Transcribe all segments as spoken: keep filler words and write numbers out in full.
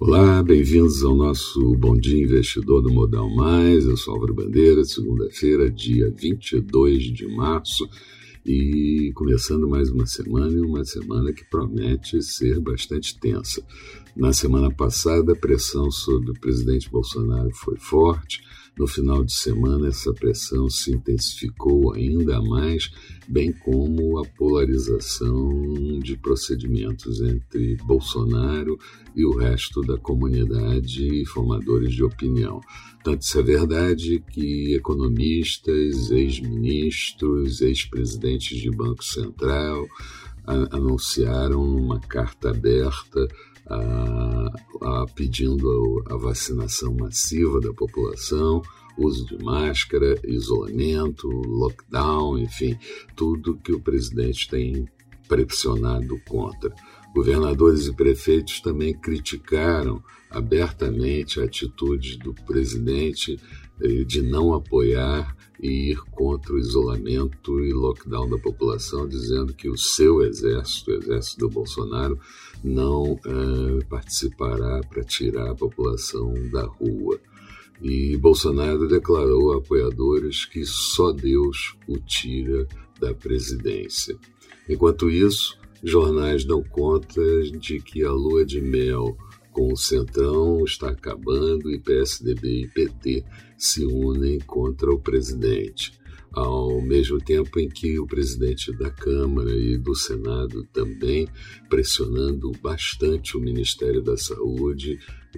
Olá, bem-vindos ao nosso Bom Dia Investidor do Modal Mais. Eu sou Álvaro Bandeira, segunda-feira, dia vinte e dois de março, e começando mais uma semana, e uma semana que promete ser bastante tensa. Na semana passada, a pressão sobre o presidente Bolsonaro foi forte. No final de semana, essa pressão se intensificou ainda mais, bem como a polarização de procedimentos entre Bolsonaro e o resto da comunidade e formadores de opinião. Tanto isso é verdade que economistas, ex-ministros, ex-presidentes de Banco Central a, anunciaram uma carta aberta A, a, pedindo a, a vacinação massiva da população, uso de máscara, isolamento, lockdown, enfim, tudo que o presidente tem pressionado contra. Governadores e prefeitos também criticaram abertamente a atitude do presidente de não apoiar e ir contra o isolamento e lockdown da população, dizendo que o seu exército, o exército do Bolsonaro, não uh, participará para tirar a população da rua. E Bolsonaro declarou a apoiadores que só Deus o tira da presidência. Enquanto isso, jornais dão conta de que a lua de mel com o Centrão está acabando e P S D B e P T se unem contra o presidente. Ao mesmo tempo em que o presidente da Câmara e do Senado também pressionando bastante o Ministério da Saúde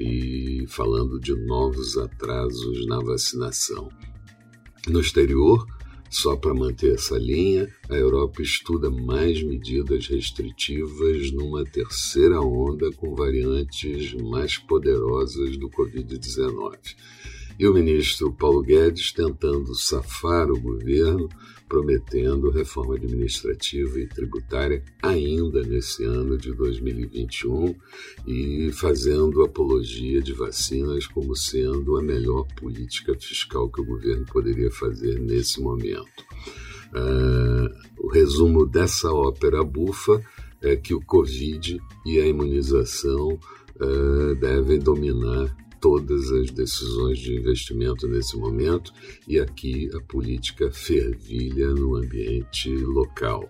e falando de novos atrasos na vacinação. No exterior, só para manter essa linha, a Europa estuda mais medidas restritivas numa terceira onda com variantes mais poderosas do covid dezenove. E o ministro Paulo Guedes tentando safar o governo, prometendo reforma administrativa e tributária ainda nesse ano de dois mil e vinte e um e fazendo apologia de vacinas como sendo a melhor política fiscal que o governo poderia fazer nesse momento. Uh, o resumo dessa ópera bufa é que o Covid e a imunização uh, devem dominar todas as decisões de investimento nesse momento, e aqui a política fervilha no ambiente local.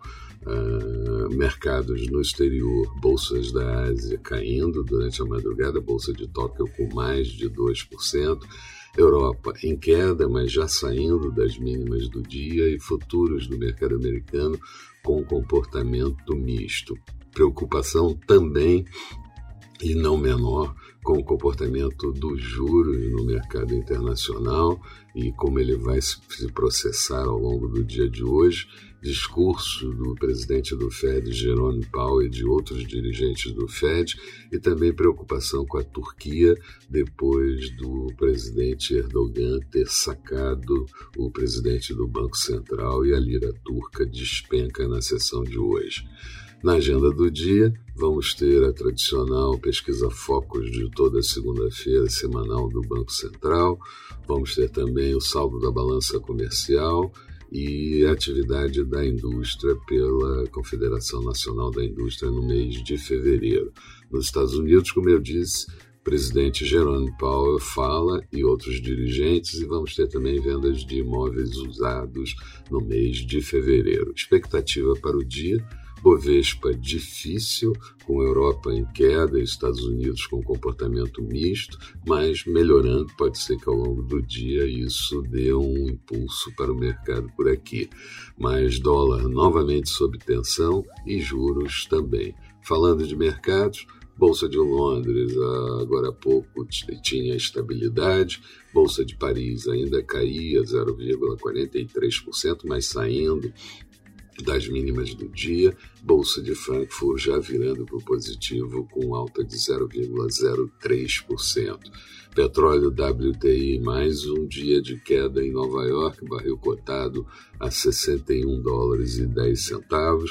Uh, mercados no exterior, bolsas da Ásia caindo durante a madrugada, bolsa de Tóquio com mais de dois por cento, Europa em queda, mas já saindo das mínimas do dia, e futuros do mercado americano com comportamento misto. Preocupação também, e não menor, com o comportamento dos juros no mercado internacional e como ele vai se processar ao longo do dia de hoje. Discurso do presidente do Fed, Jerome Powell, e de outros dirigentes do Fed, e também preocupação com a Turquia, depois do presidente Erdogan ter sacado o presidente do Banco Central e a lira turca despenca na sessão de hoje. Na agenda do dia, vamos ter a tradicional pesquisa Focus de toda segunda-feira, semanal do Banco Central. Vamos ter também o saldo da balança comercial e a atividade da indústria pela Confederação Nacional da Indústria no mês de fevereiro. Nos Estados Unidos, como eu disse, o presidente Jerome Powell fala e outros dirigentes, e vamos ter também vendas de imóveis usados no mês de fevereiro. Expectativa para o dia: Bovespa difícil, com a Europa em queda e Estados Unidos com comportamento misto, mas melhorando. Pode ser que ao longo do dia isso dê um impulso para o mercado por aqui. Mas dólar novamente sob tensão e juros também. Falando de mercados, Bolsa de Londres agora há pouco tinha estabilidade, Bolsa de Paris ainda caía zero vírgula quarenta e três por cento, mas saindo das mínimas do dia. Bolsa de Frankfurt já virando para o positivo com alta de zero vírgula zero três por cento. Petróleo W T I, mais um dia de queda em Nova York, barril cotado a sessenta e um dólares e dez centavos,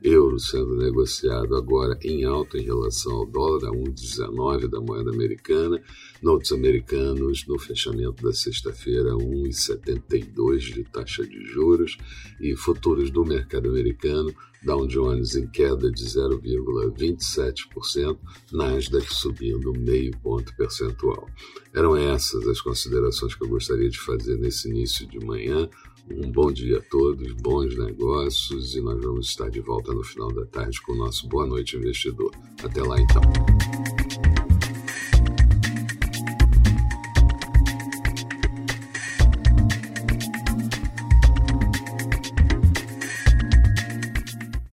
euro sendo negociado agora em alta em relação ao dólar, a um vírgula dezenove da moeda americana, notes americanos no fechamento da sexta-feira, um vírgula setenta e dois de taxa de juros, e futuros do mercado americano, Dow Jones em queda de zero vírgula vinte e sete por cento, Nasdaq subindo meio ponto percentual. Eram essas as considerações que eu gostaria de fazer nesse início de manhã. Um bom dia a todos, bons negócios, e nós vamos estar de volta no final da tarde com o nosso Boa Noite Investidor. Até lá então.